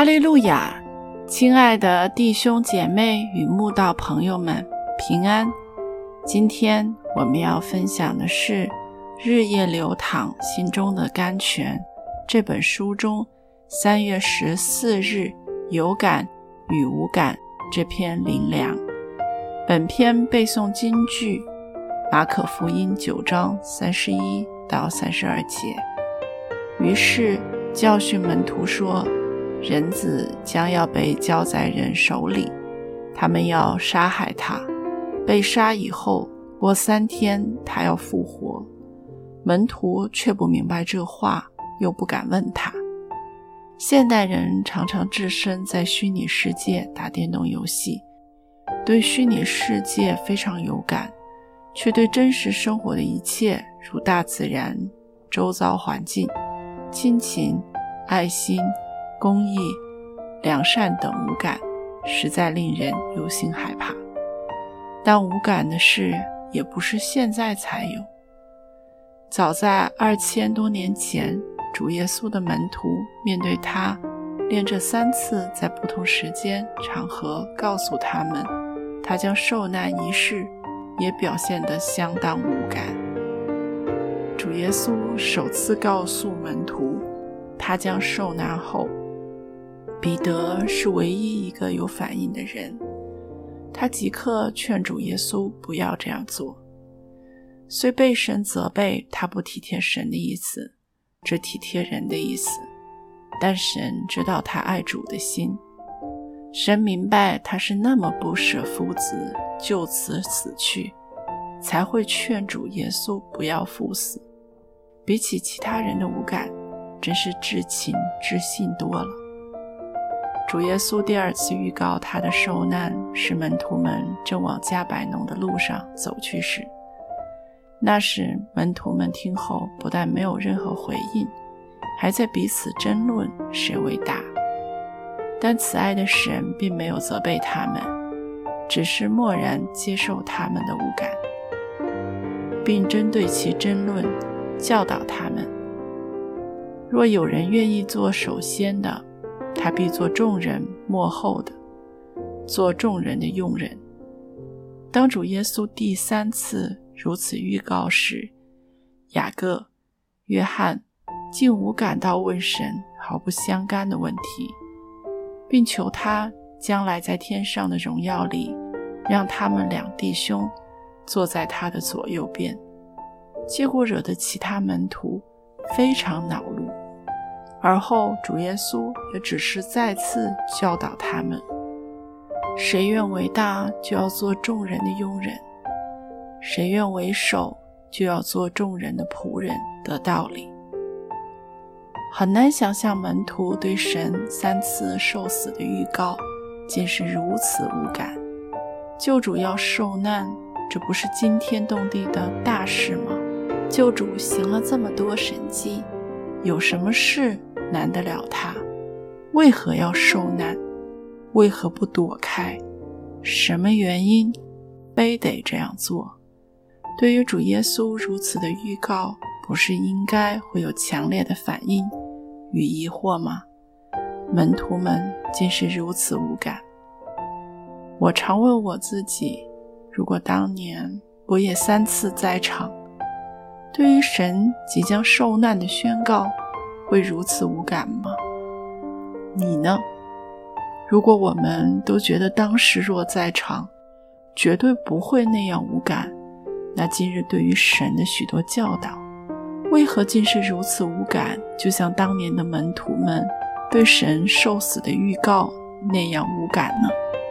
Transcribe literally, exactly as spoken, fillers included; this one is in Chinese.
利路亚！亲爱的弟兄姐妹与慕道朋友们，平安！今天我们要分享的是《日夜流淌心中的甘泉》这本书中三月十四日有感与无感这篇灵粮。本篇背诵金句马可福音九章三十一到三十二节。于是教训门徒说，人子将要被交在人手里，他们要杀害他，被杀以后过三天他要复活。门徒却不明白这话，又不敢问他。现代人常常置身在虚拟世界打电动游戏，对虚拟世界非常有感，却对真实生活的一切如大自然、周遭环境、亲情、爱心、公益、良善等无感，实在令人忧心害怕。但无感的事也不是现在才有，早在二千多年前，主耶稣的门徒面对他，连着三次在不同时间场合告诉他们他将受难一事，也表现得相当无感。主耶稣首次告诉门徒他将受难后，彼得是唯一一个有反应的人，他即刻劝主耶稣不要这样做。虽被神责备他不体贴神的意思，只体贴人的意思，但神知道他爱主的心，神明白他是那么不舍夫子就此死去，才会劝主耶稣不要赴死。比起其他人的无感，真是至情至信多了。主耶稣第二次预告他的受难，是门徒们正往加百农的路上走去时。那时门徒们听后不但没有任何回应，还在彼此争论谁为大。但慈爱的神并没有责备他们，只是默然接受他们的无感，并针对其争论教导他们，若有人愿意做首先的，他必做众人末后的，做众人的用人。当主耶稣第三次如此预告时，雅各、约翰竟无感到问神毫不相干的问题，并求他将来在天上的荣耀里让他们两弟兄坐在他的左右边，结果惹得其他门徒非常恼怒。而后主耶稣也只是再次教导他们，谁愿为大，就要做众人的佣人；谁愿为首，就要做众人的仆人的道理。很难想象门徒对神三次受死的预告竟是如此无感。救主要受难，这不是惊天动地的大事吗？救主行了这么多神迹，有什么事难得了他？为何要受难？为何不躲开？什么原因非得这样做？对于主耶稣如此的预告，不是应该会有强烈的反应与疑惑吗？门徒们竟是如此无感。我常问我自己，如果当年我也三次在场，对于神即将受难的宣告，会如此无感吗？你呢？如果我们都觉得当时若在场，绝对不会那样无感，那今日对于神的许多教导，为何竟是如此无感，就像当年的门徒们对神受死的预告那样无感呢？